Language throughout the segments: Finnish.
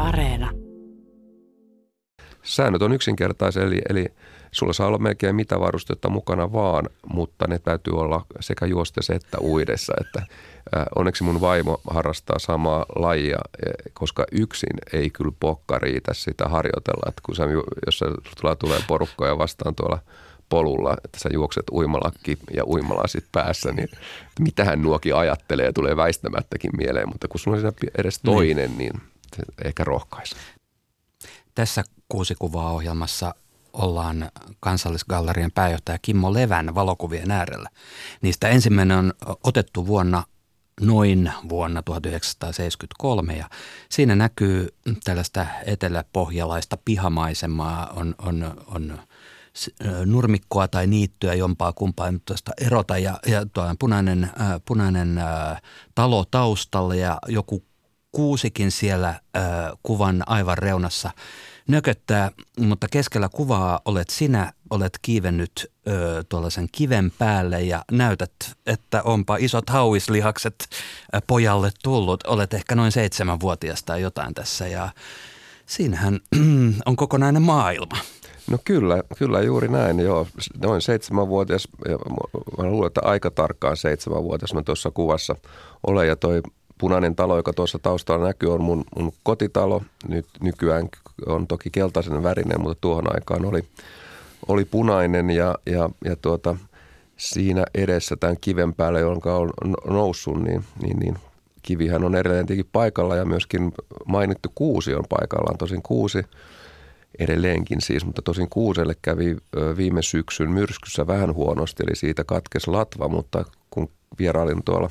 Areena. Säännöt on yksinkertaisia, eli sulla saa olla melkein mitä varustetta mukana vaan, mutta ne täytyy olla sekä juostessa että uidessa. Että, onneksi mun vaimo harrastaa samaa lajia, koska yksin ei kyllä pokka riitä sitä harjoitella. Että kun jos tulee porukkoja vastaan tuolla polulla, että sä juokset uimalakki ja uimalasit päässä, niin mitähän nuokin ajattelee, tulee väistämättäkin mieleen. Mutta kun sulla on siinä edes toinen, niin se ehkä rohkaisee. Tässä 6 kuvaa ohjelmassa ollaan Kansallisgallerian pääjohtaja Kimmo Levän valokuvien äärellä. Niistä ensimmäinen on otettu vuonna 1973 ja siinä näkyy tällaista eteläpohjalaista pihamaisemaa, on nurmikkoa tai niittyä jompaa kumpaa ei tuosta erota ja punainen talo taustalla ja joku kuusikin siellä kuvan aivan reunassa nököttää, mutta keskellä kuvaa olet kiivennyt tuollaisen kiven päälle ja näytät, että onpa isot hauislihakset pojalle tullut. Olet ehkä noin 7-vuotias tai jotain tässä ja siinähän on kokonainen maailma. No kyllä juuri näin, joo. Noin 7-vuotias, mä luulen, että aika tarkkaan 7-vuotias mä tuossa kuvassa olen ja toi punainen talo, joka tuossa taustalla näkyy, on mun kotitalo. Nyt nykyään on toki keltaisen värinen, mutta tuohon aikaan oli punainen ja siinä edessä tämän kiven päällä, jonka on noussut, niin kivihän on edelleen tietenkin paikalla ja myöskin mainittu kuusi on paikallaan. Tosin kuusi edelleenkin siis, mutta tosin kuuselle kävi viime syksyn myrskyssä vähän huonosti, eli siitä katkesi latva, mutta kun vierailin tuolla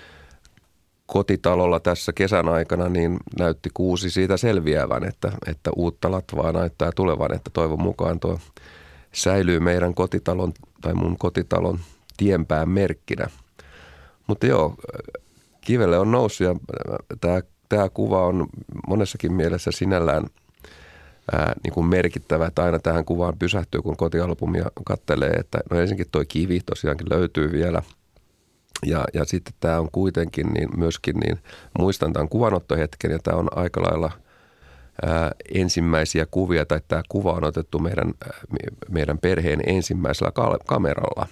kotitalolla tässä kesän aikana, niin näytti kuusi siitä selviävän, että uutta latvaa näyttää tulevan, että toivon mukaan tuo säilyy meidän kotitalon tai mun kotitalon tienpään merkkinä. Mutta joo, kivelle on noussut ja tämä kuva on monessakin mielessä sinällään niin kuin merkittävä, että aina tähän kuvaan pysähtyy, kun kotialbumia katselee, että no ensinnäkin toi kivi tosiaankin löytyy vielä. Ja sitten tämä on kuitenkin myöskin, muistan tämän kuvanottohetken ja tämä on aika lailla ensimmäisiä kuvia, tai tämä kuva on otettu meidän perheen ensimmäisellä kameralla.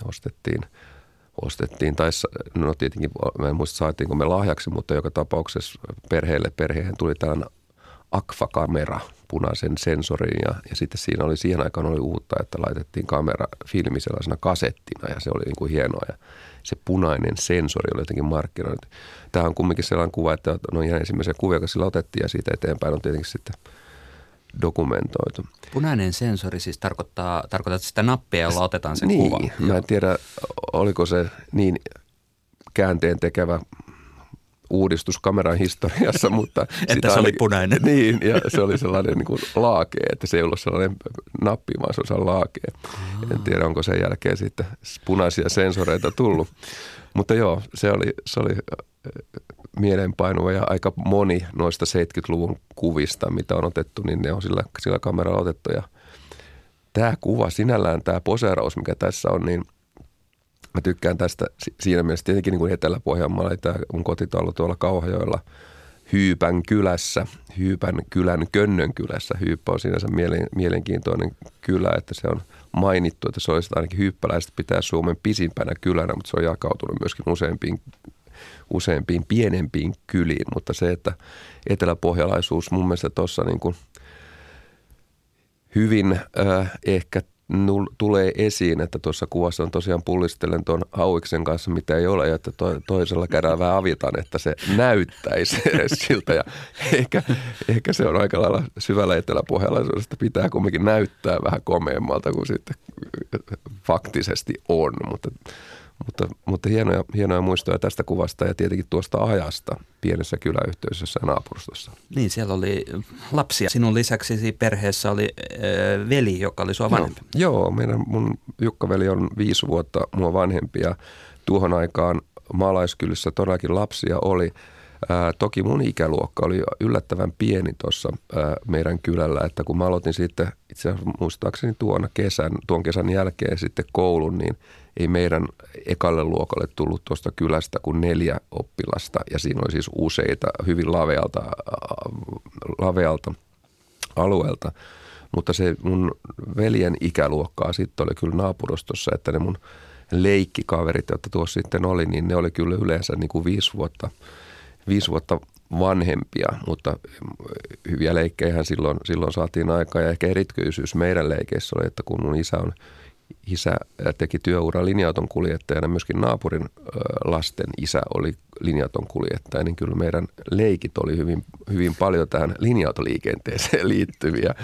Ostettiin, tai no tietenkin, mä en muista saatiinko me lahjaksi, mutta joka tapauksessa perheen tuli tällainen Agfa-kamera punaisen sensorin ja sitten siihen aikaan oli uutta, että laitettiin filmi sellaisena kasettina ja se oli niin kuin hienoa ja se punainen sensori oli jotenkin markkinoinut. Tämä on kumminkin sellainen kuva, että on ihan ensimmäisiä kuvia, joka sillä otettiin ja siitä eteenpäin on tietenkin sitten dokumentoitu. Punainen sensori siis tarkoittaa sitä nappia, jolla otetaan se niin, kuva. Mä en tiedä, oliko se niin käänteen tekevä uudistus kameran historiassa, mutta että se oli punainen. Niin, ja se oli sellainen niin kuin laakee, että se ei ollut sellainen nappi, vaan se oli laakee. En tiedä, onko sen jälkeen sitten punaisia sensoreita tullut. Mutta joo, se oli mieleenpainuva ja aika moni noista 70-luvun kuvista, mitä on otettu, niin ne on sillä kameralla otettu. Ja tämä kuva sinällään, tämä poseeraus, mikä tässä on, niin mä tykkään tästä siinä mielessä tietenkin niin kuin Etelä-Pohjanmaalla, eli tämä mun kotitalo tuolla Kauhajoella Hyypän kylässä, Hyypän kylän Könnön kylässä. Hyyppä on sinänsä mielenkiintoinen kylä, että se on mainittu, että se olisi ainakin hyyppäläiset pitää Suomen pisimpänä kylänä, mutta se on jakautunut myöskin useampiin pienempiin kyliin. Mutta se, että eteläpohjalaisuus mun mielestä tuossa niin kuin hyvin ehkä tulee esiin, että tuossa kuvassa on tosiaan pullistelen tuon hauiksen kanssa, mitä ei ole, ja että toisella kädellä vähän avitan, että se näyttäisi edes siltä. Ja ehkä se on aika lailla syvällä eteläpohjalaisuudesta, pitää kumminkin näyttää vähän komeammalta kuin sitten faktisesti on, mutta hienoja muistoja tästä kuvasta ja tietenkin tuosta ajasta pienessä kyläyhteisössä ja naapurustossa. Niin, siellä oli lapsia. Sinun lisäksi perheessä oli veli, joka oli sua vanhempi. No, joo, mun Jukka-veli on 5 vuotta mua vanhempi ja tuohon aikaan maalaiskylissä todellakin lapsia oli. Toki mun ikäluokka oli yllättävän pieni tuossa meidän kylällä, että kun mä aloitin sitten itse asiassa muistaakseni tuon kesän jälkeen sitten koulun, niin ei meidän ekalle luokalle tullut tuosta kylästä kuin 4 oppilasta ja siinä oli siis useita hyvin lavealta alueelta. Mutta se mun veljen ikäluokkaa sitten oli kyllä naapurustossa, että ne mun leikkikaverit, jotka tuossa sitten oli, niin ne oli kyllä yleensä niin kuin 5 vuotta vanhempia, mutta hyviä leikkejähän silloin saatiin aikaa. Ja ehkä eritkyisyys meidän leikeissä oli, että kun mun isä teki työura linja-auton kuljettajana, myöskin naapurin lasten isä oli linja-auton kuljettaja, niin kyllä meidän leikit oli hyvin paljon tähän linja-autoliikenteeseen liittyviä.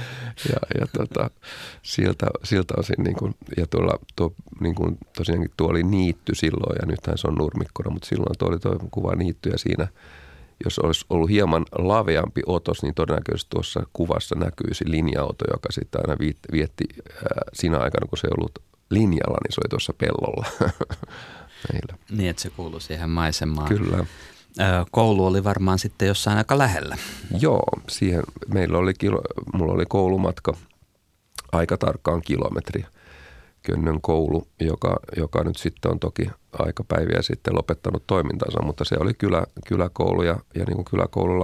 Siltä osin, niin kuin, ja niin kuin, tosiaankin tuo oli niitty silloin, ja nythän se on nurmikkona, mutta silloin tuo kuva niittyä siinä. Jos olisi ollut hieman laveampi otos, niin todennäköisesti tuossa kuvassa näkyisi linja-auto, joka sitten aina vietti siinä aikana, kun se ei ollut linjalla, niin se oli tuossa pellolla meillä. Niin, että se kuului siihen maisemaan. Kyllä. Koulu oli varmaan sitten jossain aika lähellä. Joo, mulla oli koulumatka aika tarkkaan kilometri. Könnön koulu, joka nyt sitten on toki aikapäiviä sitten lopettanut toimintansa, mutta se oli kyläkoulu ja niin kuin kyläkoululla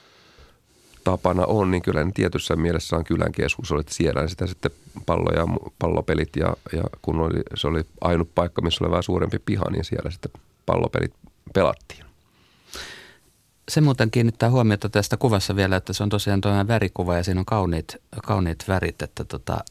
tapana on, niin kyllä tietyssä mielessä on kylän keskus, olit siellä sitä sitten pallopelit ja kun se oli ainut paikka, missä oli vähän suurempi piha, niin siellä sitten pallopelit pelattiin. Se muuten kiinnittää huomiota tästä kuvassa vielä, että se on tosiaan toinen värikuva ja siinä on kauniit värit, että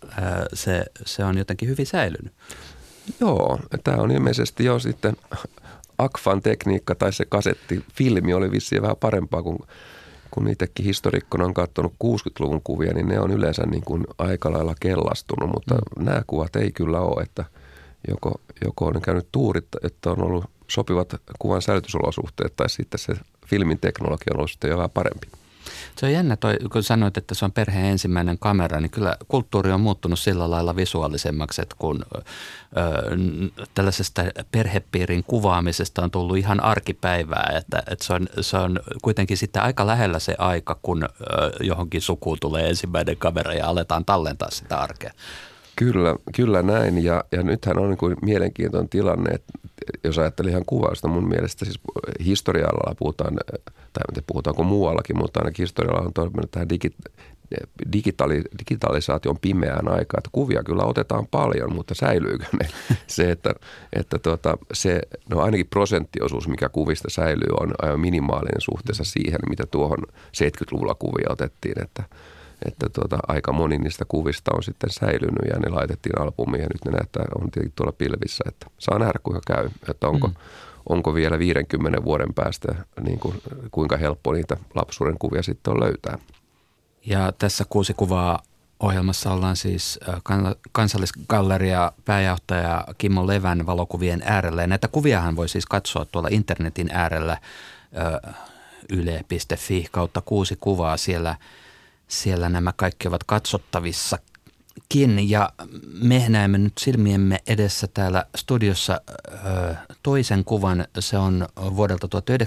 se on jotenkin hyvin säilynyt. Joo, tämä on ilmeisesti jo sitten Agfan tekniikka tai se kasettifilmi oli vissiin vähän parempaa, kun itsekin historikkona on katsonut 60-luvun kuvia, niin ne on yleensä niin kuin aika lailla kellastunut, mutta nämä kuvat ei kyllä ole, että joko on käynyt tuurit, että on ollut sopivat kuvan säilytysolosuhteet tai sitten se filmin teknologia on ollut sitten jo vähän parempi. Se on jännä, kun sanoit, että se on perheen ensimmäinen kamera, niin kyllä kulttuuri on muuttunut sillä lailla visuaalisemmaksi, että kun tällaisesta perhepiirin kuvaamisesta on tullut ihan arkipäivää, että se on kuitenkin sitten aika lähellä se aika, kun johonkin sukuun tulee ensimmäinen kamera ja aletaan tallentaa sitä arkea. Kyllä näin ja nythän on niin kuin mielenkiintoinen tilanne, että jos ajattelee ihan kuvausta, mun mielestä siis historia-alalla puhutaan, tai puhutaanko muuallakin, mutta ainakin historia-alalla on toiminut tähän digitalisaation pimeään aikaan, että kuvia kyllä otetaan paljon, mutta säilyykö ne? Ainakin prosenttiosuus, mikä kuvista säilyy, on aivan minimaalinen suhteessa siihen, mitä tuohon 70-luvulla kuvia otettiin, että aika moni niistä kuvista on sitten säilynyt ja ne laitettiin albumiin ja nyt ne näyttää, on tietenkin tuolla pilvissä, että saa nähdä kuinka käy, että onko vielä 50 vuoden päästä niin kuin, kuinka helppo niitä lapsuuden kuvia sitten on löytää. Ja tässä 6 kuvaa ohjelmassa ollaan siis Kansallisgalleria pääjohtaja Kimmo Levän valokuvien äärellä ja näitä kuviahan voi siis katsoa tuolla internetin äärellä yle.fi kautta 6 kuvaa Siellä nämä kaikki ovat katsottavissakin ja me näemme nyt silmiemme edessä täällä studiossa toisen kuvan. Se on vuodelta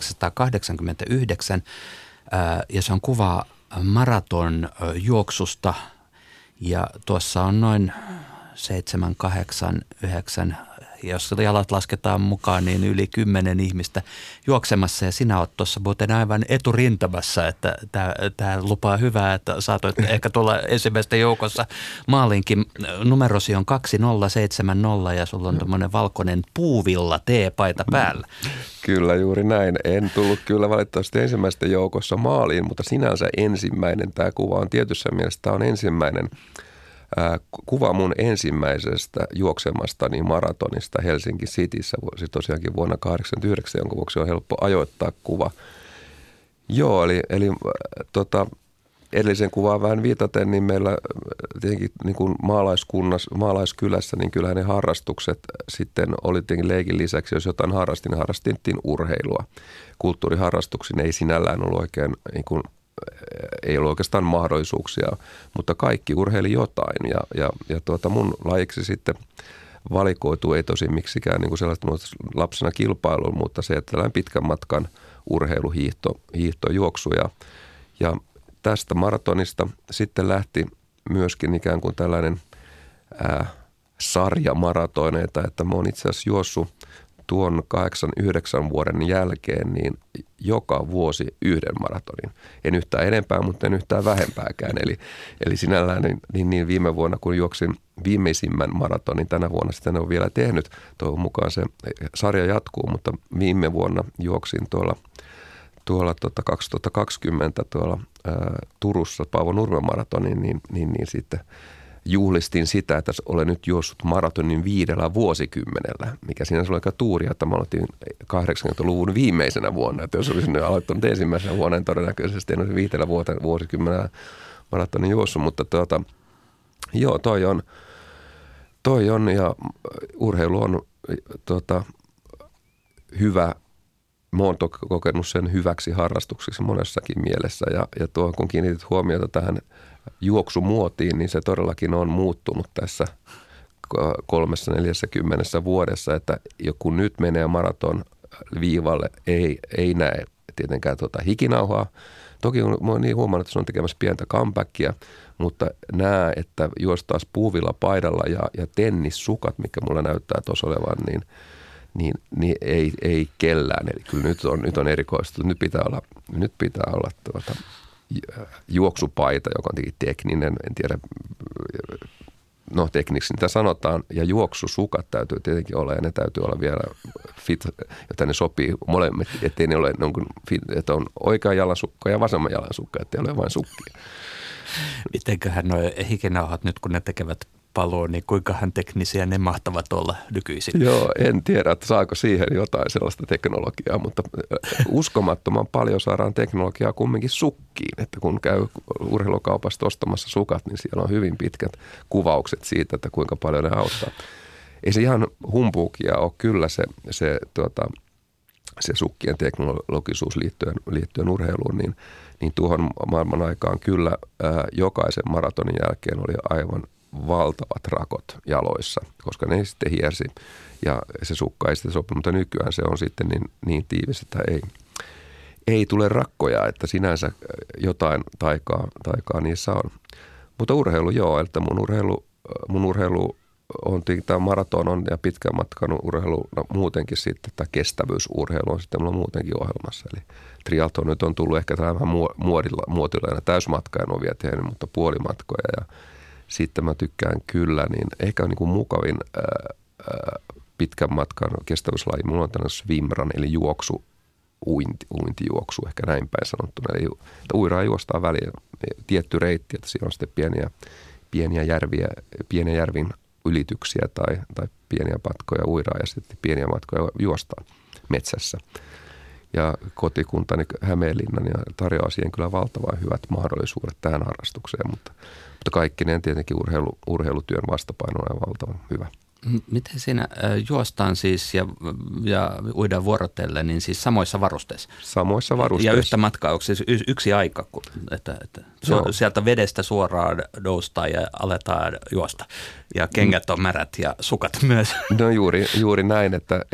1989 ja se on kuva maratonjuoksusta ja tuossa on noin 7, 8, 9, jos jalat lasketaan mukaan, niin yli 10 ihmistä juoksemassa ja sinä olet tuossa muuten aivan eturintamassa, että tämä lupaa hyvää, että saatoit ehkä tulla ensimmäisten joukossa maalinkin. Numerosi on 2070 ja sulla on tuommoinen valkoinen puuvilla teepaita päällä. Kyllä juuri näin. En tullut kyllä valitettavasti ensimmäisten joukossa maaliin, mutta sinänsä ensimmäinen tämä kuva on tietyssä mielessä, tämä on ensimmäinen kuva mun ensimmäisestä juoksemastani maratonista Helsinki Cityssä, tosiaankin vuonna 1989, jonka vuoksi on helppo ajoittaa kuva. Joo, eli edellisen kuvaan vähän viitaten, niin meillä tietenkin niin kuin maalaiskylässä, niin kyllähän ne harrastukset sitten oli tietenkin leikin lisäksi, jos jotain harrastin, niin harrastettiin urheilua. Kulttuuriharrastuksiin ei sinällään ollut oikein niin kuin ei ollut oikeastaan mahdollisuuksia, mutta kaikki urheili jotain ja mun lajiksi sitten valikoitu ei tosi miksikään niin kuin sellaista lapsena kilpailuun, mutta se, että tällainen pitkän matkan urheilu, hiihto, juoksu ja tästä maratonista sitten lähti myöskin ikään kuin tällainen sarja maratoneita, että mä oon itse asiassa juossut tuon 8-9 vuoden jälkeen niin joka vuosi yhden maratonin. En yhtään enempää, mutta en yhtään vähempääkään. Eli sinällään niin viime vuonna, kun juoksin viimeisimmän maratonin, tänä vuonna sitä en ole vielä tehnyt. Toivon mukaan se sarja jatkuu, mutta viime vuonna juoksin tuolla 2020 Turussa Paavo Nurmen maratonin, niin sitten juhlistin sitä, että olen nyt juossut maratonin 5 vuosikymmenellä, mikä siinä oli aika tuuri, että mä aloitin 80-luvun viimeisenä vuonna. Että jos olisin aloittanut ensimmäisenä vuonna, niin todennäköisesti en olisi 5 vuosikymmenellä maratonin juossut, mutta joo, toi on ja urheilu on hyvä. Mä oon kokenut sen hyväksi harrastukseksi monessakin mielessä ja kun kiinnitit huomiota tähän juoksumuotiin, niin se todellakin on muuttunut tässä 30-40 vuodessa, että kun nyt menee maraton viivalle, ei näe tietenkään hikinauhaa. Toki mä oon niin huomannut, että se on tekemässä pientä comebackia, mutta näe, että juostaan puuvilla paidalla ja tennissukat, mikä mulla näyttää tuossa olevan, niin ei kellään. Eli kyllä nyt on erikoistunut. Nyt pitää olla juoksupaita, joka on tietenkin tekninen, en tiedä, tekniksi niitä sanotaan, ja juoksusukat täytyy tietenkin olla, ja ne täytyy olla vielä fit, jotta ne sopii molemmat, ettei ne ole, että on oikea jalansukka ja vasemman jalansukka, ettei ole vain sukkia. Mitenköhän nuo hikinauhat nyt, kun ne tekevät paloa, niin kuinkahan teknisiä ne mahtavat olla nykyisin? Joo, en tiedä, että saako siihen jotain sellaista teknologiaa, mutta uskomattoman paljon saadaan teknologiaa kumminkin sukkiin. Että kun käy urheilukaupasta ostamassa sukat, niin siellä on hyvin pitkät kuvaukset siitä, että kuinka paljon ne auttaa. Ei se ihan humpuukia ole kyllä se sukkien teknologisuus liittyen urheiluun, niin tuohon maailman aikaan kyllä jokaisen maratonin jälkeen oli aivan valtavat rakot jaloissa, koska ne sitten hiersi ja se sukka ei sitten sopi, mutta nykyään se on sitten niin tiivis, että ei tule rakkoja, että sinänsä jotain taikaa niissä on. Mutta urheilu joo, että mun urheilu on, tämä maraton on ja pitkän matkan urheilu, muutenkin sitten tämä kestävyysurheilu on sitten mulla muutenkin ohjelmassa. Eli triathlon nyt on tullut ehkä vähän muotilla, täysmatka en ole vielä tehnyt, mutta puolimatkoja ja sitten mä tykkään kyllä, niin ehkä niin kuin mukavin pitkän matkan kestävyyslaji. Mulla on tällainen swimrun, eli uintijuoksu, ehkä näin päin sanottuna. Eli uiraa juostaa väliin tietty reitti, että siinä on sitten pieniä järvin ylityksiä tai pieniä matkoja uiraa ja sitten pieniä matkoja juostaa metsässä. Ja kotikuntani Hämeenlinnan tarjoaa siihen kyllä valtavan hyvät mahdollisuudet tähän harrastukseen, mutta kaikkineen tietenkin urheilutyön vastapaino on valtavan hyvä. Miten siinä juostaan siis ja uidaan vuorotellen, niin siis samoissa varusteissa? Samoissa varusteissa. Ja yhtä matkaa, onko siis yksi aika, että sieltä vedestä suoraan noustaan ja aletaan juosta ja kengät on märät ja sukat myös? No juuri näin, että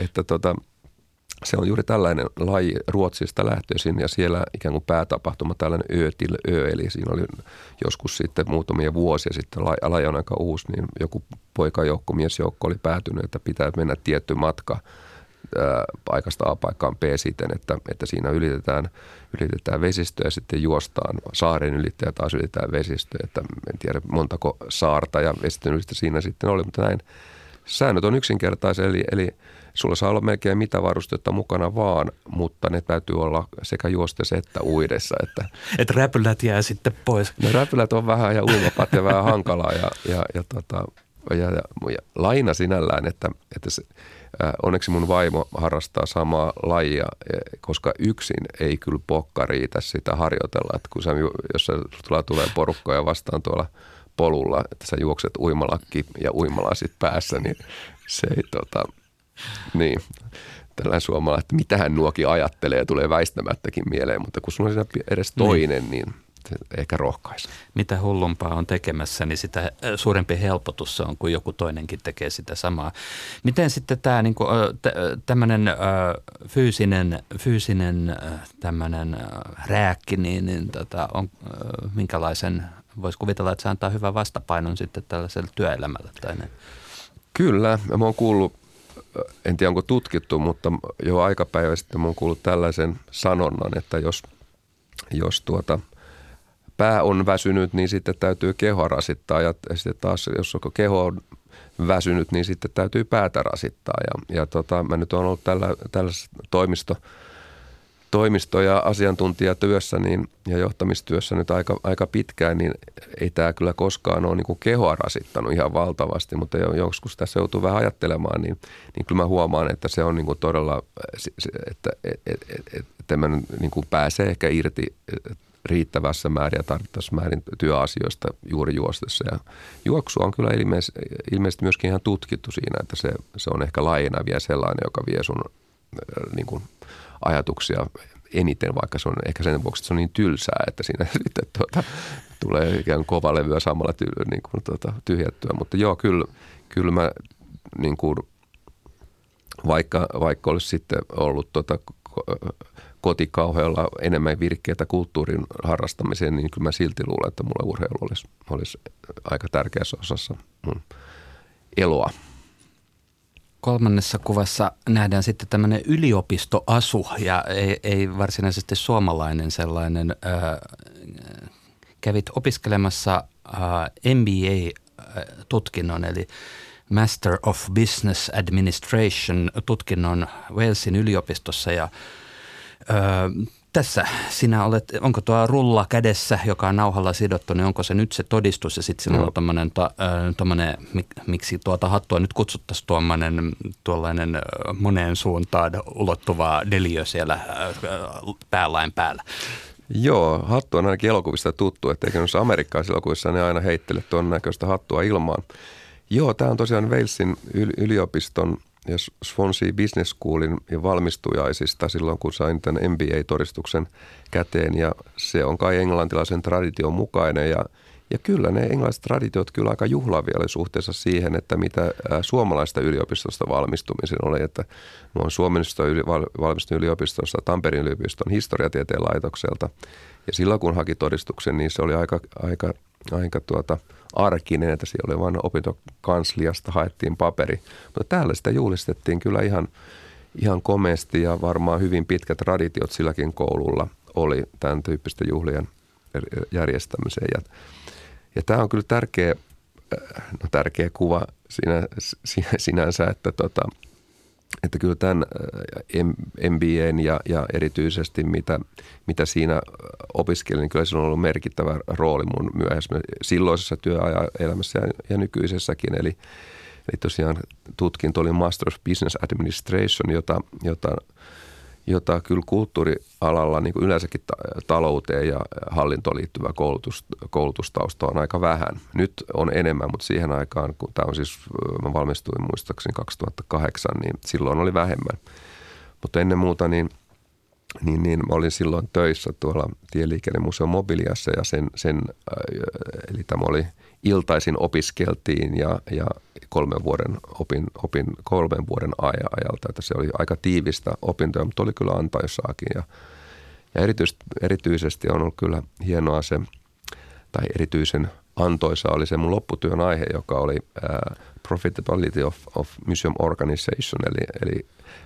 se on juuri tällainen laji Ruotsista lähtöisin ja siellä ikään kuin päätapahtuma tällainen eli siinä oli joskus sitten muutamia vuosia sitten, laji on aika uusi, niin joku poikajoukko, miesjoukko oli päätynyt, että pitää mennä tietty matka paikasta A paikkaan B siten, että siinä ylitetään vesistöä ja sitten juostaan saaren ylittäjä ja taas ylitetään vesistöä, että en tiedä montako saarta ja vesistön ylistä siinä sitten oli, mutta näin. Säännöt on yksinkertaisia, eli sulla saa olla melkein mitä varustetta mukana vaan, mutta ne täytyy olla sekä juostessa että uidessa. Että räpylät jää sitten pois. No räpylät on vähän ja uimapatja vähän hankalaa ja laina sinällään, että se, onneksi mun vaimo harrastaa samaa lajia, koska yksin ei kyllä pokka riitä sitä harjoitella. Että kun jos tulee porukkoja vastaan tuolla polulla, että sä juokset uimalakki ja uimalasit päässä, niin se ei niin, tällainen suomalainen, että mitähän nuokin ajattelee, tulee väistämättäkin mieleen, mutta kun sulla on siinä edes toinen, niin se ehkä rohkaisi. Mitä hullumpaa on tekemässä, niin sitä suurempi helpotus se on, kun joku toinenkin tekee sitä samaa. Miten sitten tämä niin tämmöinen fyysinen tämmöinen rääkki, niin on minkälaisen, voisi kuvitella, että se antaa hyvän vastapainon sitten tällaiselle työelämälle tai näin? Kyllä, mä oon kuullut en tiedä onko tutkittu, mutta jo aika päivä sitten olen kuullut tällaisen sanonnan, että jos pää on väsynyt, niin sitten täytyy kehoa rasittaa ja sitten taas, jos keho on väsynyt, niin sitten täytyy päätä rasittaa. Ja mä nyt olen ollut tällaisessa toimisto- ja asiantuntijatyössä ja johtamistyössä nyt aika pitkään, niin ei tämä kyllä koskaan ole niin kuin kehoa rasittanut ihan valtavasti, mutta joskus tässä joutuu vähän ajattelemaan, niin kyllä mä huomaan, että se on niin kuin todella, että mä niin kuin pääsee ehkä irti riittävässä määrin ja tarvittavassa määrin työasioista juuri juostessa. Ja juoksu on kyllä ilmeisesti myöskin ihan tutkittu siinä, että se on ehkä laajena vielä sellainen, joka vie sun niin kuin ajatuksia eniten, vaikka se on ehkä sen vuoksi, että se on niin tylsää, että siinä sitten tulee ikään kuin kova levyä samalla niin kuin, tyhjättyä. Mutta joo, kyllä mä niin kuin, vaikka olisi sitten ollut kotikauhealla enemmän virkkeitä kulttuurin harrastamiseen, niin kyllä mä silti luulen, että mulle urheilu olisi aika tärkeässä osassa mun eloa. Kolmannessa kuvassa nähdään sitten tämmöinen yliopistoasu ja ei varsinaisesti suomalainen sellainen. Kävit opiskelemassa MBA-tutkinnon eli Master of Business Administration tutkinnon Walesin yliopistossa ja tässä sinä olet, onko tuo rulla kädessä, joka on nauhalla sidottu, niin onko se nyt se todistus ja sitten sinulla on tuommoinen, miksi tuota hattua nyt kutsuttaisiin tuollainen moneen suuntaan ulottuva neliö siellä päälain päällä? Joo, hattu on ainakin elokuvista tuttu, että eikä noissa amerikkalaisissa elokuvissa ne aina heittele tuon näköistä hattua ilmaan. Joo, tämä on tosiaan Walesin yliopiston ja Swansea Business Schoolin ja valmistujaisista silloin, kun sain tämän MBA-todistuksen käteen. Ja se on kai englantilaisen tradition mukainen. Ja kyllä ne englantilaiset traditiot kyllä aika juhlavia oli suhteessa siihen, että mitä suomalaista yliopistosta valmistumisen oli. Että mä oon Suomesta valmistunut yliopistosta Tampereen yliopiston historiatieteen laitokselta. Ja silloin, kun haki todistuksen, niin se oli aika arkinen, että siellä oli vain opintokansliasta haettiin paperi. Mutta täällä sitä juhlistettiin kyllä ihan komeasti ja varmaan hyvin pitkät traditiot silläkin koululla oli tämän tyyppisten juhlien järjestämiseen. Ja tämä on kyllä tärkeä kuva sinänsä, että kyllä tämän MBA:n ja erityisesti mitä siinä opiskelin, niin kyllä se on ollut merkittävä rooli mun myöhemmin silloisessa työelämässä ja nykyisessäkin. Eli tosiaan tutkinto oli Master of Business Administration, jota kyllä kulttuurialalla niin kuin yleensäkin talouteen ja hallintoon liittyvä koulutustausta on aika vähän. Nyt on enemmän, mutta siihen aikaan, kun tämä on siis, mä valmistuin muistaakseni 2008, niin silloin oli vähemmän. Mutta ennen muuta niin mä olin silloin töissä tuolla Tieliikennemuseon Mobiliassa ja eli tämä oli iltaisin opiskeltiin ja 3 vuoden opin 3 vuoden ajalta, että se oli aika tiivistä opintoja, mutta oli kyllä antaa jossakin. Ja erityisesti on ollut kyllä hienoa se, tai erityisen antoisa oli se mun lopputyön aihe, joka oli Profitability of Museum Organization, eli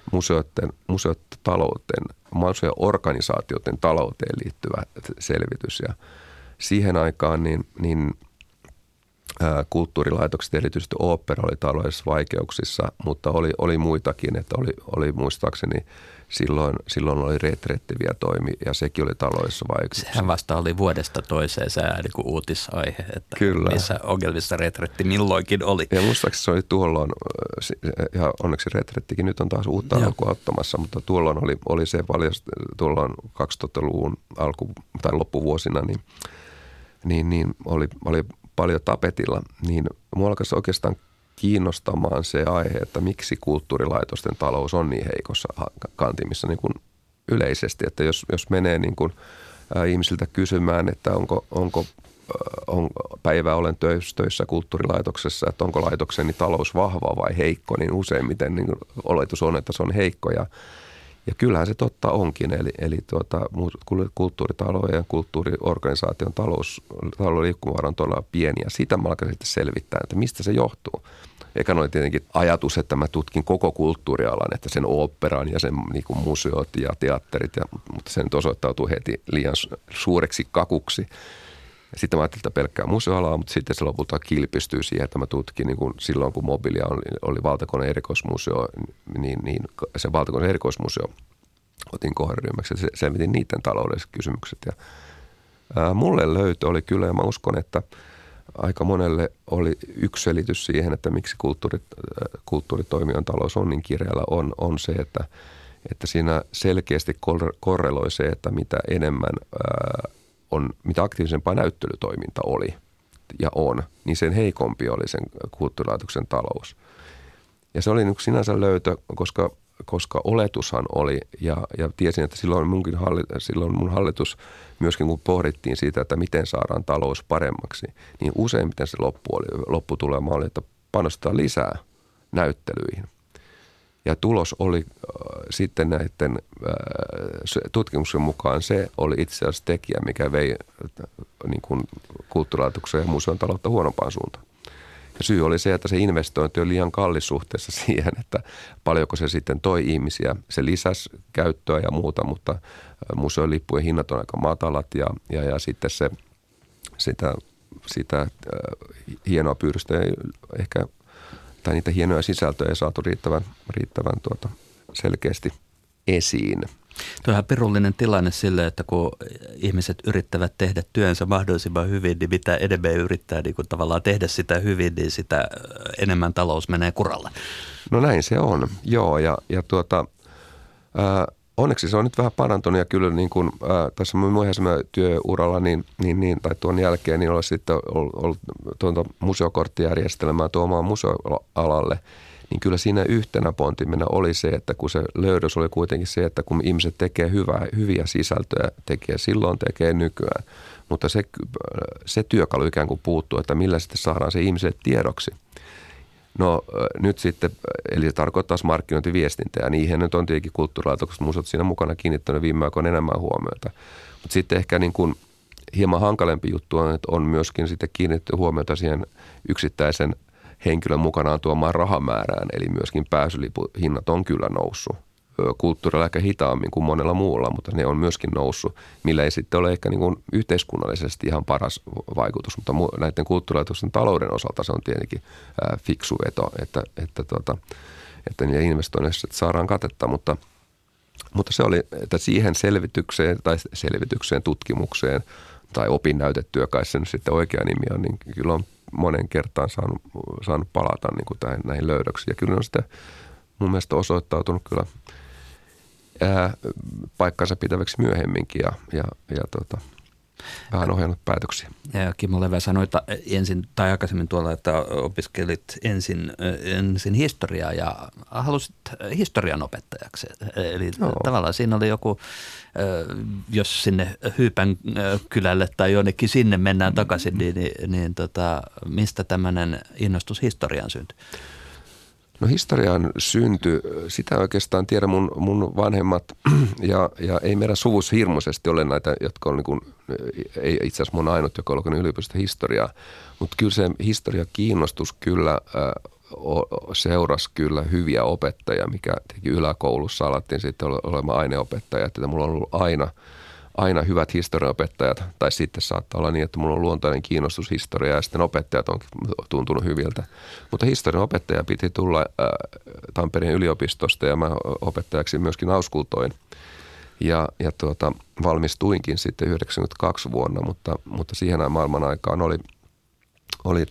museoorganisaatioiden talouteen liittyvä selvitys. Ja siihen aikaan niin kulttuurilaitokset, erityisesti ooppera, oli taloudellisissa vaikeuksissa, mutta oli muitakin, että oli muistaakseni silloin oli retrettiviä toimi ja sekin oli taloudellisissa vaikeuksissa. Sehän vasta oli vuodesta toiseen niin kuin uutisaihe, että kyllä. Missä ongelmissa retretti milloinkin oli. Ja muistaakseni se oli tuolloin, ja onneksi retrettikin nyt on taas uutta alkua ottamassa, mutta tuolloin oli se paljon, tuolloin 2000-luvun tai loppuvuosina, niin oli paljon tapetilla, niin mua alkaisi oikeastaan kiinnostamaan se aihe, että miksi kulttuurilaitosten talous on niin heikossa kantimissa niin kuin yleisesti. Että jos menee niin kuin ihmisiltä kysymään, että onko päivää olen töissä kulttuurilaitoksessa, että onko laitokseni talous vahva vai heikko, niin useimmiten niin oletus on, että se on heikko. Ja kyllähän se totta onkin, eli kulttuuritalojen ja kulttuuriorganisaation talouden liikkumavara on todella pieni, ja sitä mä alkan sitten selvittää, että mistä se johtuu. Eikä noin tietenkin ajatus, että mä tutkin koko kulttuurialan, että sen oopperan ja sen niin kuin museot ja teatterit, mutta se nyt osoittautuu heti liian suureksi kakuksi. Ja sitten mä ajattelin, että pelkkää museoalaa, mutta sitten se lopulta kilpistyy siihen, että mä tutkin niin kuin silloin, kun Mobilia oli valtakoneen erikoismuseo, niin se valtakoneen erikoismuseo otin kohderyhmäksi ja selvitin niiden taloudelliset kysymykset. Ja mulle löytö oli kyllä, ja mä uskon, että aika monelle oli yksi selitys siihen, että miksi kulttuuritoimijan talous on niin kireällä, on se, että siinä selkeästi korreloi se, että mitä enemmän mitä aktiivisempaa näyttelytoiminta oli ja on, niin sen heikompi oli sen kulttuurilaitoksen talous. Ja se oli nyt sinänsä löytö, koska oletushan oli, ja tiesin, että silloin mun hallitus myöskin kun pohdittiin siitä, että miten saadaan talous paremmaksi, niin useimmiten se lopputulema oli, että panostetaan lisää näyttelyihin. Ja tulos oli sitten näiden tutkimuksen mukaan se oli itse asiassa tekijä, mikä vei niin kuin kulttuurilaitoksen ja museon taloutta huonompaan suuntaan. Ja syy oli se, että se investointi oli liian kallis suhteessa siihen, että paljonko se sitten toi ihmisiä. Se lisäsi käyttöä ja muuta, mutta museon lippujen hinnat on aika matalat ja sitten sitä hienoa pyydystä ei ehkä, tai niitä hienoja sisältöjä ei saatu riittävän selkeästi esiin. Tuo on ihan pirullinen tilanne sille, että kun ihmiset yrittävät tehdä työnsä mahdollisimman hyvin, niin mitä enemmän yrittää niin kuin tavallaan tehdä sitä hyvin, niin sitä enemmän talous menee kuralle. No näin se on, joo. Onneksi se on nyt vähän parantunut ja kyllä niin kuin tässä myöhemmällä työuralla tai tuon jälkeen niin olisi sitten ollut tuota museokorttijärjestelmää tuomaan museoalalle. Niin kyllä siinä yhtenä pontimena oli se, että kun se löydös oli kuitenkin se, että kun ihmiset tekee hyviä sisältöjä, tekee nykyään. Mutta se työkalu ikään kuin puuttuu, että millä sitten saadaan se ihmiselle tiedoksi. No nyt sitten, eli se tarkoittaa markkinointiviestintää, ja niihin nyt on tietenkin kulttuurilaitokset, museot siinä mukana kiinnittänyt viime aikoina enemmän huomiota. Mutta sitten ehkä niin kuin hieman hankalempi juttu on, että on myöskin sitten kiinnitetty huomiota siihen yksittäisen henkilön mukanaan tuomaan rahamäärään, eli myöskin pääsylipuhinnat on kyllä noussut. Kulttuurilla ehkä hitaammin kuin monella muulla, mutta ne on myöskin noussut, millä ei sitten ole ehkä niin kuin yhteiskunnallisesti ihan paras vaikutus, mutta näiden kulttuurilaitosten talouden osalta se on tietenkin fiksu veto, että niiden investoinneissa saadaan katetta, mutta se oli, että siihen selvitykseen, tutkimukseen tai opinnäytetyö, kai se nyt sitten oikea nimi on, niin kyllä on monen kertaan saanut palata niin kuin näihin löydöksiin. Ja kyllä on sitten mun mielestä osoittautunut kyllä paikkansa pitäväksi myöhemminkin ja vähän ohjannut päätöksiä. Ja Kimmo Levä sanoi ensin tai aikaisemmin tuolla, että opiskelit ensin historiaa ja halusit historian opettajaksi. Eli tavallaan siinä oli joku, jos sinne Hyypän kylälle tai jonnekin sinne mennään takaisin, niin mistä tämmöinen innostus historiaan syntyi? No historian synty, sitä oikeastaan tiedä mun vanhemmat ja ei meidän suvussa hirmuisesti ole näitä, jotka on niin kuin, ei itse asiassa mun ainut, joka on lukenut yliopiston historiaa, mutta kyllä se historiakiinnostus kyllä seurasi kyllä hyviä opettajia, mikä teki yläkoulussa, alettiin sitten olemaan aineopettaja, että mulla on ollut aina hyvät historianopettajat, tai sitten saattaa olla niin, että mulla on luontainen kiinnostus historiaa ja sitten opettajat on tuntunut hyviltä. Mutta historian opettaja piti tulla Tampereen yliopistosta ja mä opettajaksi myöskin auskultoin. Ja valmistuinkin sitten 92 vuonna, mutta siihen maailman aikaan oli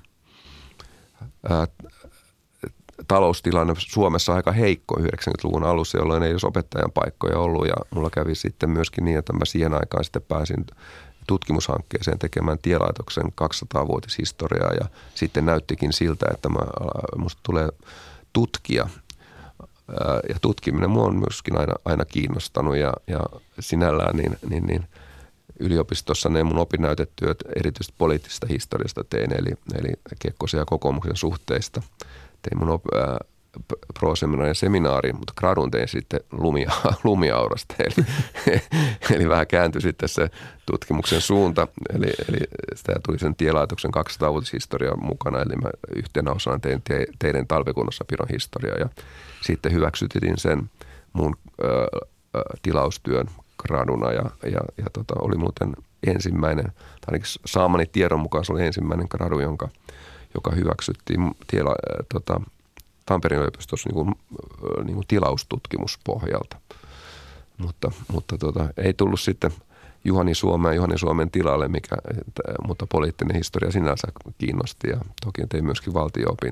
taloustilanne Suomessa aika heikko 90-luvun alussa, jolloin ei olisi opettajan paikkoja ollut ja mulla kävi sitten myöskin niin, että mä siihen aikaan sitten pääsin tutkimushankkeeseen tekemään tielaitoksen 200-vuotishistoriaa ja sitten näyttikin siltä, että musta tulee tutkija ja tutkiminen mua on myöskin aina kiinnostanut ja sinällään niin yliopistossa ne mun opinnäytetyöt erityisesti poliittisesta historiasta tein, eli Kekkosen ja kokoomuksen suhteista. Tein mun pro-seminaarin seminaariin, mutta gradun tein sitten lumiaurasta. Eli vähän kääntyi sitten se tutkimuksen suunta. Eli sitä tuli sen tielaitoksen 200-vuotishistoria mukana. Eli mä yhtenä osana tein teiden talvikunnossapidon historiaa ja sitten hyväksytin sen mun tilaustyön graduna ja oli muuten ensimmäinen, tai ainakin saamani tiedon mukaan se oli ensimmäinen gradu, joka hyväksyttiin Tampereen yliopistossa niin kuin tilaustutkimuspohjalta. Mutta ei tullut sitten Juhani Suomen tilalle, mutta poliittinen historia sinänsä kiinnosti ja toki tein myöskin valtio-opin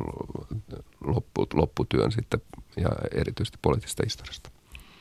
lopputyön sitten ja erityisesti poliittisesta historiasta.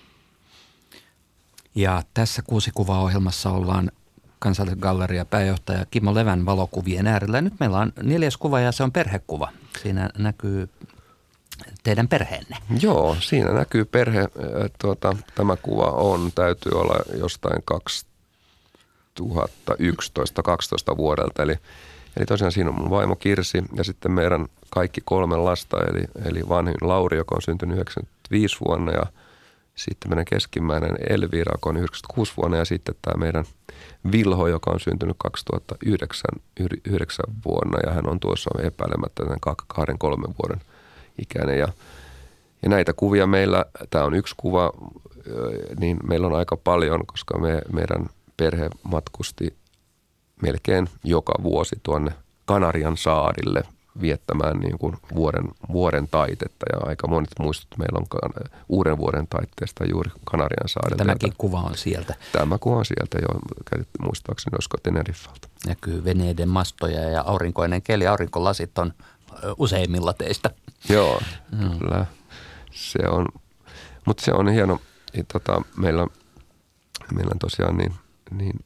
Ja tässä 6-kuvaohjelmassa ollaan Kansallisgalleria pääjohtaja Kimmo Levän valokuvien äärellä. Nyt meillä on 4. kuva ja se on perhekuva. Siinä näkyy teidän perheenne. Joo, siinä näkyy perhe. Tämä kuva täytyy olla jostain 2011-2012 vuodelta. Eli tosiaan siinä on mun vaimo Kirsi ja sitten meidän kaikki 3 lasta, eli vanhin Lauri, joka on syntynyt 95 vuonna ja sitten meidän keskimmäinen Elvira, joka on 96 vuonna ja sitten tämä meidän Vilho, joka on syntynyt 2009 vuonna ja hän on tuossa epäilemättä 2-3 vuoden ikäinen. Ja näitä kuvia meillä, tämä on yksi kuva, niin meillä on aika paljon, koska meidän perhe matkusti melkein joka vuosi tuonne Kanarian saarille viettämään niin kuin vuoden taitetta ja aika monet muistut meillä on uuden vuoden taitteesta juuri Kanarian saarelta. Tämäkin kuva on sieltä. Tämä kuva on sieltä jo, muistaakseni olisiko Tenerifalta. Näkyy veneiden mastoja ja aurinkoinen keli, aurinkolasit on useimmilla teistä. Joo, kyllä. Se on, mutta se on hieno. Meillä on tosiaan niin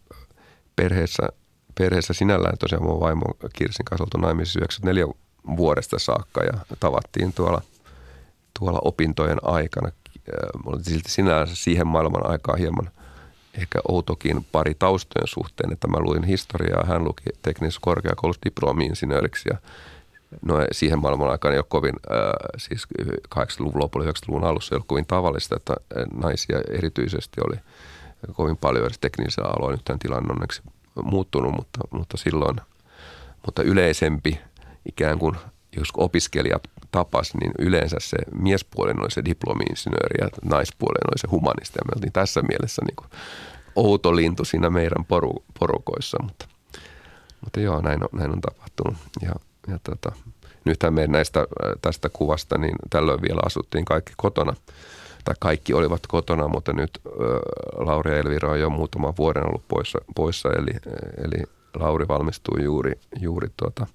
perheessä sinällään tosiaan mun vaimo Kirsin kanssa oltu naimisissa 94 vuodesta saakka ja tavattiin tuolla opintojen aikana. Oltiin silti sinällään siihen maailman aikaa hieman ehkä outokin pari taustojen suhteen, että mä luin historiaa ja hän luki teknisessä korkeakoulussa diplomi-insinööriksi ja siihen maailman aikaan ei ole kovin, siis 80-luvun lopulla 90-luvun alussa ei ole kovin tavallista, että naisia erityisesti oli kovin paljon edes teknisellä aloilla. Nyt tämän tilanne on onneksi muuttunut, mutta silloin, mutta yleisempi ikään kuin, jos opiskelijat tapas, niin yleensä se miespuolinen oli se diplomi-insinööri ja naispuolinen oli se humanisti. Ja me oltiin tässä mielessä niin kuin outo lintu siinä meidän porukoissa, mutta joo, näin on tapahtunut. Ja nythän me tästä kuvasta, niin tällöin vielä asuttiin kaikki kotona, tai kaikki olivat kotona, mutta nyt Lauri ja Elvira on jo muutaman vuoden ollut poissa eli Lauri valmistui juuri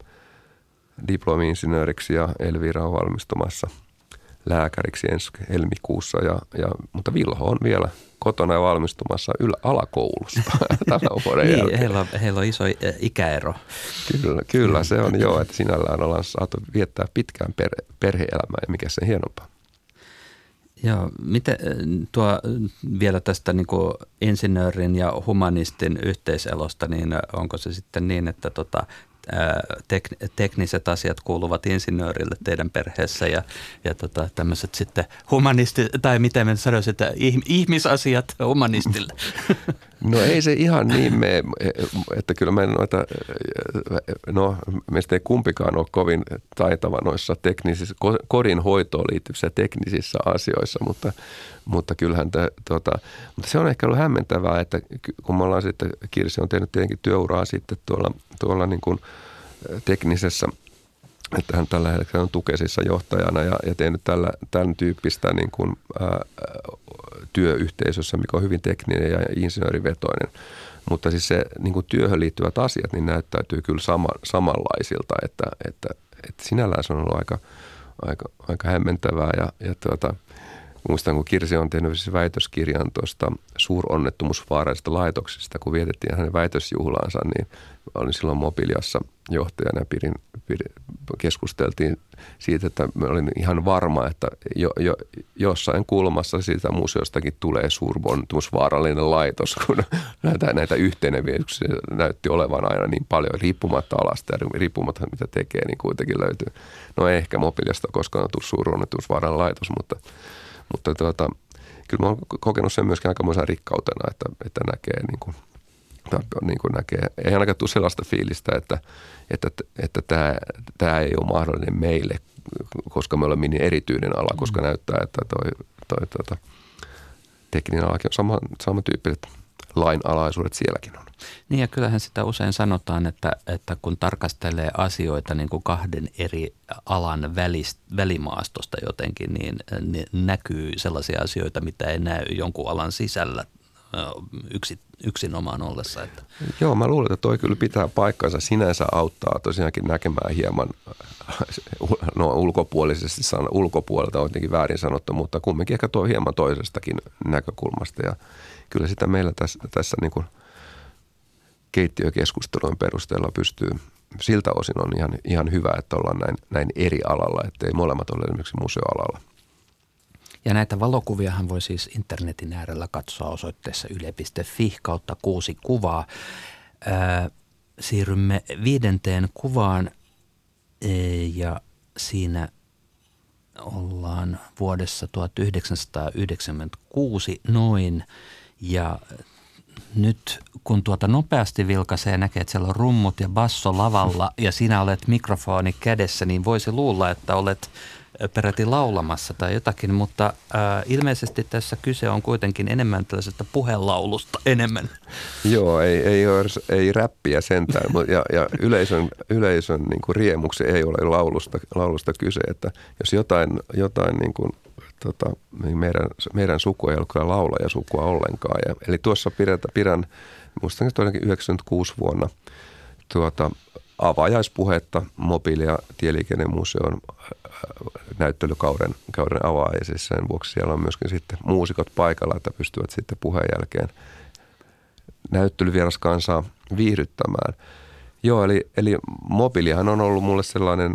diplomi-insinööriksi ja Elvira on valmistumassa lääkäriksi ensi helmikuussa, mutta Vilho on vielä kotona ja valmistumassa alakoulusta tämän vuoden jälkeen. Heillä on iso ikäero. Kyllä se on joo, että sinällään ollaan saatu viettää pitkään perhe-elämää ja mikä se hienompaa. Joo, miten vielä tästä niin kuin insinöörin ja humanistin yhteiselosta, niin onko se sitten niin, että tekniset asiat kuuluvat insinöörille teidän perheessä ja tämmöiset sitten tai miten me sanoisin, että ihmisasiat humanistille? No ei se ihan niin mene, että kyllä meistä ei kumpikaan ole kovin taitava noissa teknisissä, kodin hoitoon liittyvissä teknisissä asioissa, mutta kyllähän mutta se on ehkä ollut hämmentävää, että kun me ollaan sitten, Kirsi on tehnyt tietenkin työuraa sitten tuolla niin kuin teknisessä, että hän tällä hetkellä on Tukesissa johtajana ja tehnyt tämän tyyppistä niin kuin, työyhteisössä, mikä on hyvin tekninen ja insinöörivetoinen. Mutta siis se niin kuin työhön liittyvät asiat niin näyttäytyy kyllä samanlaisilta, että sinällään se on ollut aika hämmentävää ja muistan, kun Kirsi on tehnyt väitöskirjan tuosta suuronnettomuusvaaraisista laitoksista, kun vietettiin hänen väitösjuhlaansa, niin olin silloin Mobiliassa johtajana keskusteltiin siitä, että mä olin ihan varma, että jossain kulmassa siitä museostakin tulee suuronnettomuusvaarallinen laitos, kun näitä yhtenevyksiä näytti olevan aina niin paljon riippumatta alasta ja riippumatta mitä tekee, niin kuitenkin löytyy. No ei ehkä Mobiliasta koskaan tule suuronnettomuusvaarallinen laitos, mutta kyllä mä oon kokenut sen myöskin aikamoisena rikkautena, että näkee niin kuin näkee, ei ainakaan tule sellaista fiilistä, että tämä ei ole mahdollinen meille, koska me olemme niin erityinen ala, koska näyttää, että toi tekninen alakin on samantyyppiset lainalaisuudet sielläkin on. Niin ja kyllähän sitä usein sanotaan, että kun tarkastelee asioita niin kuin kahden eri alan välimaastosta jotenkin, niin näkyy sellaisia asioita, mitä ei näy jonkun alan sisällä yksinomaan ollessa. Että. Joo, mä luulen, että toi kyllä pitää paikkansa. Sinänsä auttaa tosiaankin näkemään hieman, ulkopuolisesti ulkopuolelta on jotenkin väärin sanottu, mutta kumminkin ehkä tuo hieman toisestakin näkökulmasta. Ja kyllä sitä meillä tässä niin kuin keittiökeskustelujen perusteella pystyy, siltä osin on ihan hyvä, että ollaan näin eri alalla, ettei molemmat ole esimerkiksi museoalalla. Ja näitä valokuviahan voi siis internetin äärellä katsoa osoitteessa yle.fi/6 kuvaa. Siirrymme 5. kuvaan ja siinä ollaan vuodessa 1996 noin ja nyt kun nopeasti vilkaisee näkee, että siellä on rummut ja basso lavalla ja sinä olet mikrofoni kädessä, niin voisi luulla, että olet peräti laulamassa tai jotakin, mutta ilmeisesti tässä kyse on kuitenkin enemmän tällaisesta puhelaulusta enemmän. Joo, ei räppiä sentään, ja yleisön niin kuin riemuksi ei ole laulusta kyse, että jos jotain niin kuin, niin meidän suku ei ole kyllä laulajasukua ollenkaan. Eli tuossa pidän muistankin 96 vuonna avajaispuhetta Mobiili- ja tieliikennemuseon näyttelykauden avajaisissa. Sen vuoksi siellä on myöskin sitten muusikot paikalla, että pystyvät sitten puheen jälkeen näyttelyvieraskansaa viihdyttämään. Joo, eli Mobiilihan on ollut mulle sellainen,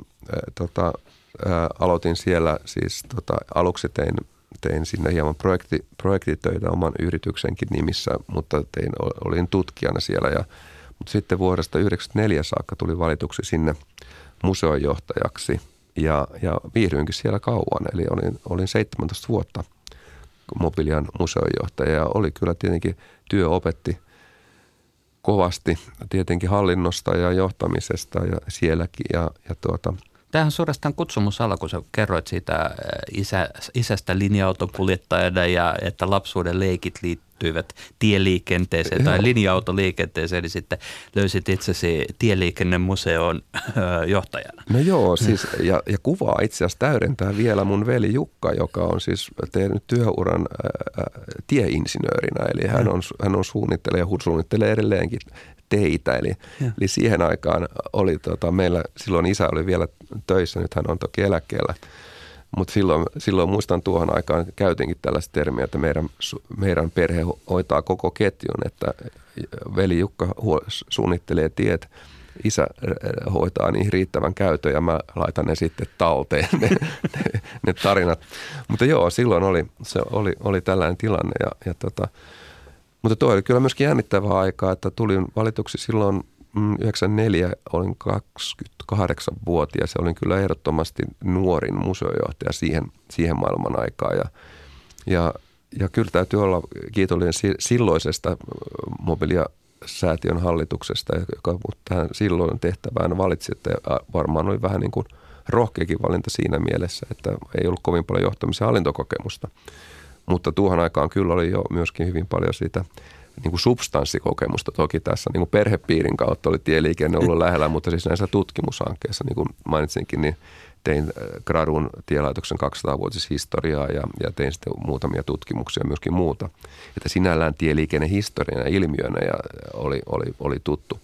aloitin siellä siis aluksi tein sinne hieman projektitöitä oman yrityksenkin nimissä, mutta olin tutkijana siellä mutta sitten vuodesta 1994 saakka tuli valituksi sinne museonjohtajaksi ja viihdyinkin siellä kauan. Eli olin 17 vuotta Mobilian museonjohtaja ja oli kyllä tietenkin työ opetti kovasti tietenkin hallinnosta ja johtamisesta ja sielläkin. Tämähän on suorastaan kutsumusala, kun sä kerroit siitä isästä linja-autokuljettajana ja että lapsuuden leikit liittyivät tieliikenteeseen tai linja-autoliikenteeseen, eli sitten löysit itsesi tieliikennemuseon johtajana. No joo, siis ja kuvaa itse asiassa täydentää vielä mun veli Jukka, joka on siis tehnyt työuran tieinsinöörinä, eli hän on suunnittelija ja suunnittelee edelleenkin teitä. Eli siihen aikaan oli meillä, silloin isä oli vielä töissä, nyt hän on toki eläkkeellä, mutta silloin muistan tuohon aikaan käytinkin tällaista termiä, että meidän perhe hoitaa koko ketjun, että veli Jukka suunnittelee tiet, isä hoitaa niihin riittävän käytön ja mä laitan ne sitten talteen, ne tarinat. Mutta joo, silloin oli tällainen tilanne mutta tuo oli kyllä myöskin jännittävää aikaa, että tulin valituksi silloin 94, olin 28-vuotias ja olin kyllä ehdottomasti nuorin museojohtaja siihen maailman aikaan. Ja kyllä täytyy olla kiitollinen silloisesta Mobilia-säätiön hallituksesta, joka tähän silloin tehtävään valitsi, että varmaan oli vähän niin kuin rohkeakin valinta siinä mielessä, että ei ollut kovin paljon johtamisen hallintokokemusta. Mutta tuohon aikaan kyllä oli jo myöskin hyvin paljon siitä niin kuin substanssikokemusta. Toki tässä niin kuin perhepiirin kautta oli tieliikenne ollut lähellä, mutta siis näissä tutkimushankkeissa, niin kuin mainitsinkin, niin tein Gradun tielaitoksen 200-vuotishistoriaa ja tein sitten muutamia tutkimuksia myöskin muuta. Että sinällään tieliikennehistoriana ja ilmiönä oli tuttu.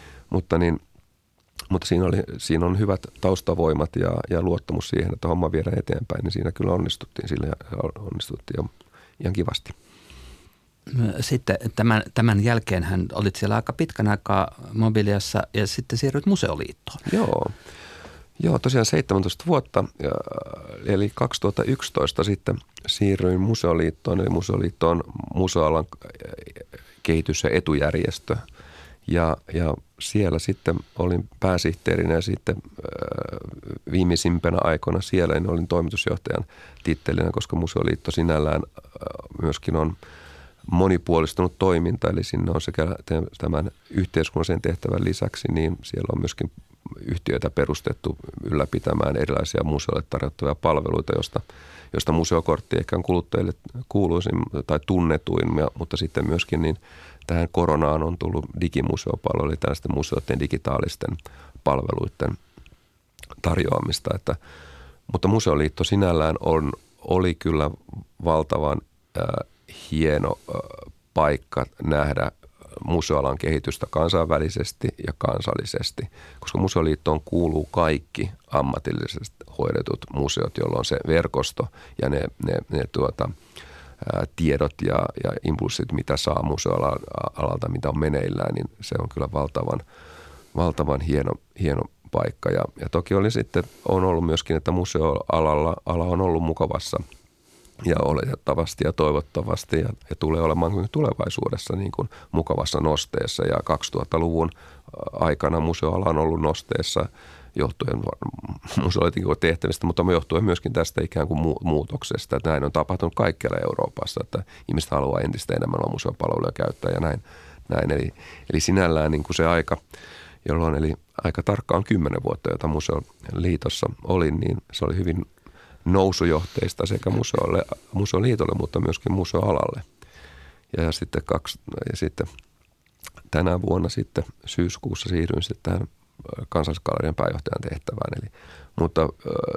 Mutta siinä on hyvät taustavoimat ja luottamus siihen, että homma viedään eteenpäin, niin siinä kyllä onnistuttiin jo ihan kivasti. Sitten tämän jälkeen hän olit siellä aika pitkän aikaa Mobiliassa ja sitten siirryit Museoliittoon. Joo, tosiaan 17 vuotta, eli 2011 sitten siirryin Museoliittoon, eli Museoliitto on museoalan kehitys- ja etujärjestö. Ja siellä sitten olin pääsihteerinä ja sitten viimeisimpänä aikoina siellä niin olin toimitusjohtajan tittelinä, koska Museoliitto sinällään myöskin on monipuolistunut toiminta, eli sinne on sekä tämän yhteiskunnallisen tehtävän lisäksi, niin siellä on myöskin yhtiöitä perustettu ylläpitämään erilaisia museoille tarjottavia palveluita, josta museokortti ehkä on kuluttajille kuuluisin tai tunnetuin, mutta sitten myöskin niin tähän koronaan on tullut digimuseopalvelu, eli tällaisten museoiden digitaalisten palveluiden tarjoamista. Mutta Museoliitto sinällään oli kyllä valtavan hieno paikka nähdä museoalan kehitystä kansainvälisesti ja kansallisesti, koska Museoliittoon kuuluu kaikki ammatillisesti hoidetut museot, jolloin se verkosto ja ne tiedot ja impulssit, mitä saa museoalalta, mitä on meneillään, niin se on kyllä valtavan hieno paikka. Ja toki on ollut myöskin, että museoala on ollut mukavassa ja oletettavasti ja toivottavasti ja tulee olemaan tulevaisuudessa niin kuin mukavassa nosteessa. Ja 2000-luvun aikana museoala on ollut nosteessa johtuen museopolitiikan tehtävistä, mutta johtuen myöskin tästä ikään kuin muutoksesta. Että näin on tapahtunut kaikkialla Euroopassa, että ihmiset haluaa entistä enemmän olla museopalveluja käyttää ja näin. Eli sinällään niin kuin se aika, jolloin eli aika tarkkaan 10 vuotta, jota Museoliitossa olin, niin se oli hyvin nousujohteista sekä Museoliitolle, mutta myöskin museoalalle. Ja sitten tänä vuonna sitten syyskuussa siirryin sitten tähän Kansallisgallerian pääjohtajan tehtävään. Mutta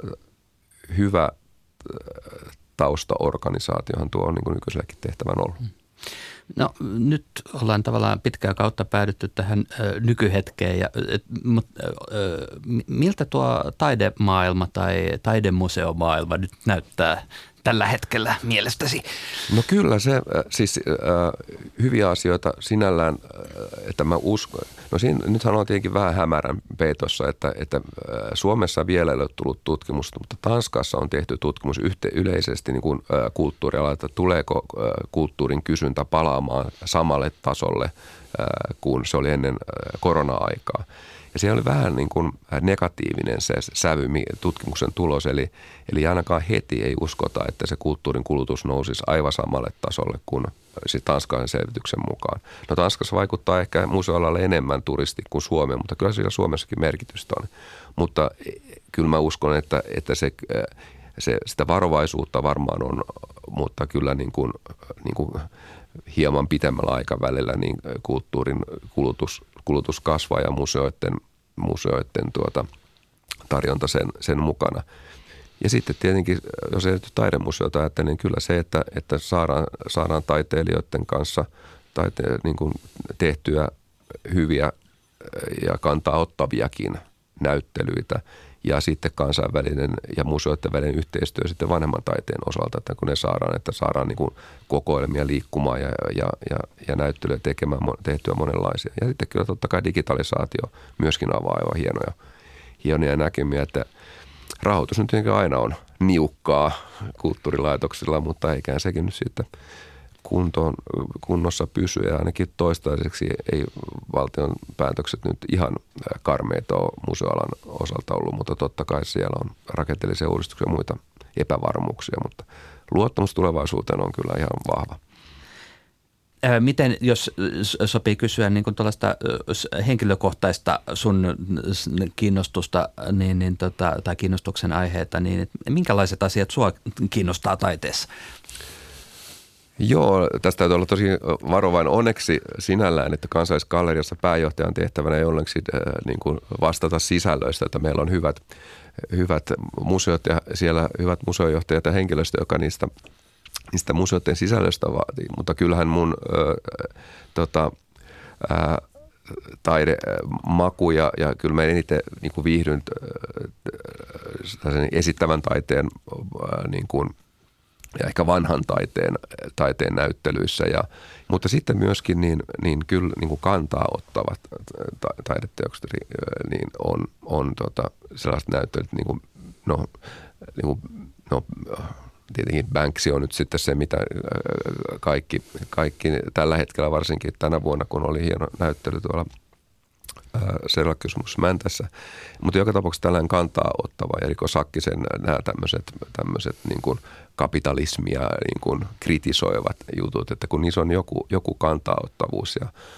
hyvä taustaorganisaatiohan tuo on niin kuin nykyiselläkin tehtävän ollut. No nyt ollaan tavallaan pitkää kautta päädytty tähän nykyhetkeen, mutta miltä tuo taidemaailma tai taidemuseomaailma nyt näyttää tällä hetkellä mielestäsi? No kyllä se, siis hyviä asioita sinällään, että mä uskon. No nythän on tietenkin vähän hämärän peitossa, että Suomessa vielä ei ole tullut tutkimusta, mutta Tanskassa on tehty tutkimus yleisesti niin kuin kulttuurialalla, että tuleeko kulttuurin kysyntä palaamaan samalle tasolle kuin se oli ennen korona-aikaa. Ja se oli vähän niin kuin negatiivinen se sävy, tutkimuksen tulos, eli ainakaan heti ei uskota, että se kulttuurin kulutus nousisi aivan samalle tasolle kuin siis Tanskan selvityksen mukaan. No Tanskassa vaikuttaa ehkä museoalalle enemmän turisti kuin Suomeen, mutta kyllä siellä Suomessakin merkitystä on. Mutta kyllä mä uskon, että sitä varovaisuutta varmaan on, mutta kyllä niin kuin hieman pitemmällä aikavälillä niin kulttuurin kulutus kasvaa ja museoiden tarjonta sen mukana. Ja sitten tietenkin, jos ei taidemuseota ajattelen, niin kyllä se, että saadaan taiteilijoiden kanssa niin kuin tehtyä hyviä ja kantaa ottaviakin näyttelyitä ja sitten kansainvälinen ja museoiden välinen yhteistyö sitten vanhemman taiteen osalta, että kun ne saadaan niin kuin kokoelmia liikkumaan ja näyttelyä tehtyä monenlaisia. Ja sitten kyllä totta kai digitalisaatio myöskin avaa aivan hienoja näkymiä, että rahoitus nyt tietenkin aina on niukkaa kulttuurilaitoksilla, mutta eiköhän sekin nyt sitten kunnossa pysy ja ainakin toistaiseksi ei valtion päätökset nyt ihan karmeita ole museoalan osalta ollut, mutta totta kai siellä on rakenteellisia uudistuksia ja muita epävarmuuksia, mutta luottamus tulevaisuuteen on kyllä ihan vahva. Miten, jos sopii kysyä niin kuin tuollaista henkilökohtaista sun kiinnostusta tai kiinnostuksen aiheita, niin minkälaiset asiat sua kiinnostaa taiteessa? Joo, tästä täytyy olla tosi varovainen. Onneksi sinällään, että Kansallisgalleriassa pääjohtajan tehtävänä ei onneksi niin kuin vastata sisällöistä, että meillä on hyvät museot ja siellä hyvät museojohtajat ja henkilöstö, joka niistä museoiden sisällöistä vaatii. Mutta kyllähän mun taidemaku ja kyllä mä eniten niin kuin viihdyn esittävän taiteen niin kuin ja ehkä vanhan taiteen näyttelyissä. Mutta sitten myöskin niin kyllä niin kuin kantaa ottavat taideteokset niin on sellaiset näyttelyt, tietenkin Banksy on nyt sitten se, mitä kaikki tällä hetkellä, varsinkin tänä vuonna, kun oli hieno näyttely tuolla Serlachius Mäntässä. Mutta joka tapauksessa tällainen kantaa ottava, ja Eriko Sakkisen nämä tämmöiset niin kuin kapitalismia niin kuin kritisoivat jutut, että kun niissä on joku kantaa ottavuus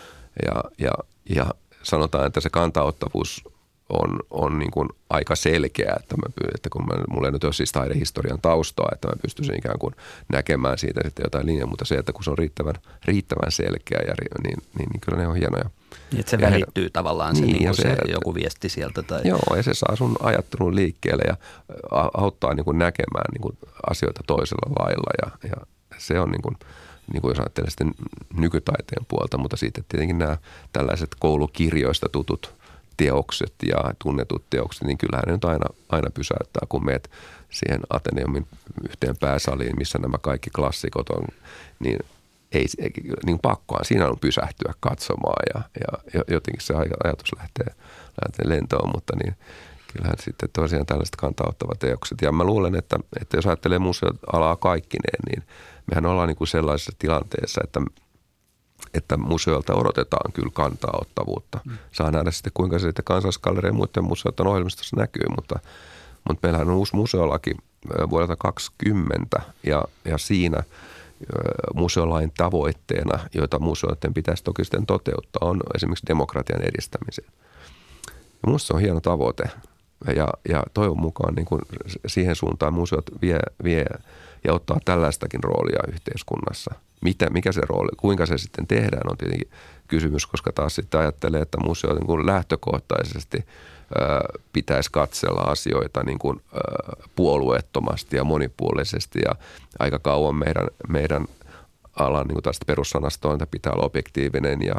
ja sanotaan, että se kantaa ottavuus on niin kuin aika selkeä, että kun mulla ei nyt ole siis taidehistorian taustaa, että mä pystyisin ikään kuin näkemään siitä sitten jotain linjaa, mutta se, että kun se on riittävän selkeä, niin kyllä ne on hienoja. Että se välittyy tavallaan se joku viesti sieltä. Tai... Joo, ja se saa sun ajattelun liikkeelle ja auttaa niin kuin näkemään niin kuin asioita toisella lailla. Ja se on niin kuin jos ajattelee sitten nykytaiteen puolta, mutta sitten tietenkin nämä tällaiset koulukirjoista tutut teokset ja tunnetut teokset, niin kyllähän ne nyt aina pysäyttää, kun meet siihen Ateneumin yhteen pääsaliin, missä nämä kaikki klassikot on, niin ei niin pakkohan siinä on pysähtyä katsomaan ja jotenkin se ajatus lähtee lentoon, mutta niin kyllähän sitten tosiaan tällaiset kantauttavat teokset. Ja mä luulen, että jos ajattelee museoalaa kaikkineen, niin mehän ollaan niin kuin sellaisessa tilanteessa, että museoilta odotetaan kyllä kantaa-ottavuutta. Saa nähdä sitten, kuinka se sitten Kansallisgalleria ja muiden museoiden ohjelmistossa näkyy, mutta meillähän on uusi museolaki vuodelta 2020 ja siinä museolain tavoitteena, joita museoiden pitäisi toki sitten toteuttaa, on esimerkiksi demokratian edistämisen. Ja minusta se on hieno tavoite ja toivon mukaan niin kuin siihen suuntaan museot vie ja ottaa tällaistakin roolia yhteiskunnassa. Mikä se rooli, kuinka se sitten tehdään, on tietenkin kysymys, koska taas sitten ajattelee, että museo niin kuin lähtökohtaisesti pitäisi katsella asioita niin kuin puolueettomasti ja monipuolisesti ja aika kauan meidän alan niin kuin tästä perussanastointa pitää olla objektiivinen ja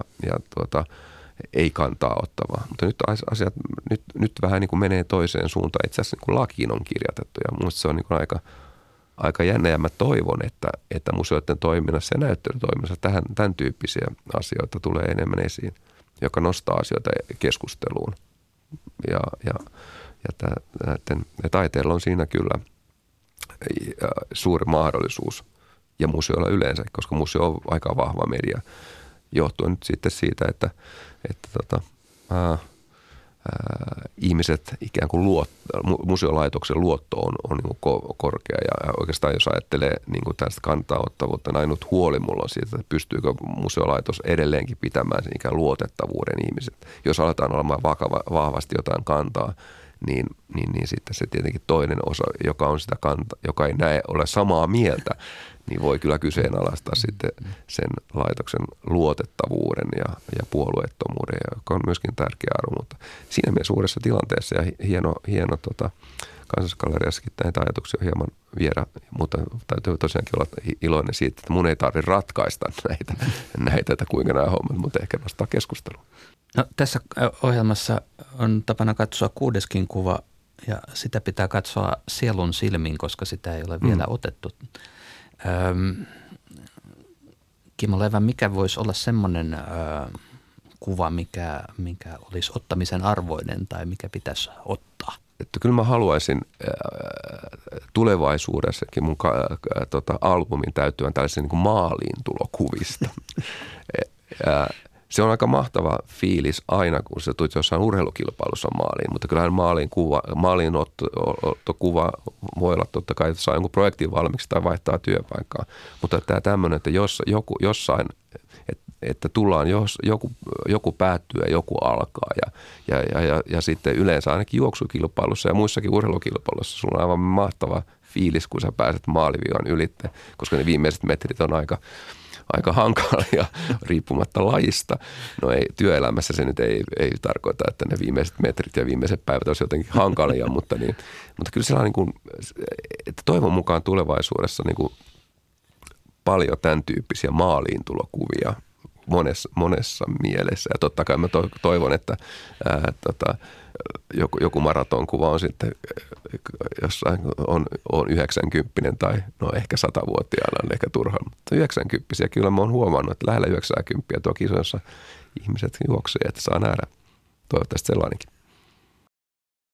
ei kantaa ottavaa. Mutta nyt asiat nyt vähän niin kuin menee toiseen suuntaan. Itse asiassa niin kuin lakiin on kirjoitettu ja minusta se on niin kuin aika jännä ja mä toivon, että museoiden toiminnassa ja näyttelytoiminnassa tämän tyyppisiä asioita tulee enemmän esiin, joka nostaa asioita keskusteluun. Ja taiteella on siinä kyllä suuri mahdollisuus ja museoilla yleensä, koska museo on aika vahva media johtuen nyt sitten siitä, että ihmiset ikään kuin museolaitoksen luotto on niin kuin korkea ja oikeastaan jos ajattelee niin kuin tästä kantaa-ottavuutta, niin ainut huoli mulla on siitä, että pystyykö museolaitos edelleenkin pitämään sen ikään luotettavuuden ihmiset. Jos aletaan olemaan vahvasti jotain kantaa, niin sitten se tietenkin toinen osa, joka on sitä kantaa, joka ei ole samaa mieltä, niin voi kyllä kyseenalaistaa sitten sen laitoksen luotettavuuden ja puolueettomuuden, joka on myöskin tärkeä arvo. Mutta siinä mielessä uudessa tilanteessa ja hieno Kansallisgalleriassakin näitä ajatuksia hieman viedä, mutta täytyy tosiaankin olla iloinen siitä, että mun ei tarvitse ratkaista näitä, että kuinka nämä hommat, mutta ehkä nostaa keskusteluun. No, tässä ohjelmassa on tapana katsoa 6. kuva ja sitä pitää katsoa sielun silmin, koska sitä ei ole vielä otettu. Kimmo Levä, mikä voisi olla semmoinen kuva, mikä olisi ottamisen arvoinen tai mikä pitäisi ottaa? Että kyllä mä haluaisin tulevaisuudessakin mun albumin täyttyvän tällaisen niin kuin maaliintulokuvista. Se on aika mahtava fiilis aina, kun se tuli jossain urheilukilpailussa maaliin, mutta kyllähän maaliinottokuva voi olla totta kai, että saa jonkun projektin valmiiksi tai vaihtaa työpaikkaa. Mutta tämä tämmöinen, että jossain, että tullaan, joku päättyy ja joku alkaa ja sitten yleensä ainakin juoksukilpailussa ja muissakin urheilukilpailussa sulla on aivan mahtava fiilis, kun sä pääset maaliviivan ylitte, koska ne viimeiset metrit on aika hankalia riippumatta lajista. No ei, työelämässä se nyt ei tarkoita, että ne viimeiset metrit ja viimeiset päivät olisi jotenkin hankalia, mutta kyllä sellainen, niin kuin, että toivon mukaan tulevaisuudessa niin kuin paljon tämän tyyppisiä maaliintulokuvia monessa mielessä. Ja totta kai mä toivon, että joku maratonkuva on sitten jossain on 90 tai no ehkä 100-vuotiaana on ehkä turha, mutta 90 kyllä mä oon huomannut, että lähellä 90 tuo kisoissa ihmiset juoksee, että saa nähdä toivottavasti sellainenkin.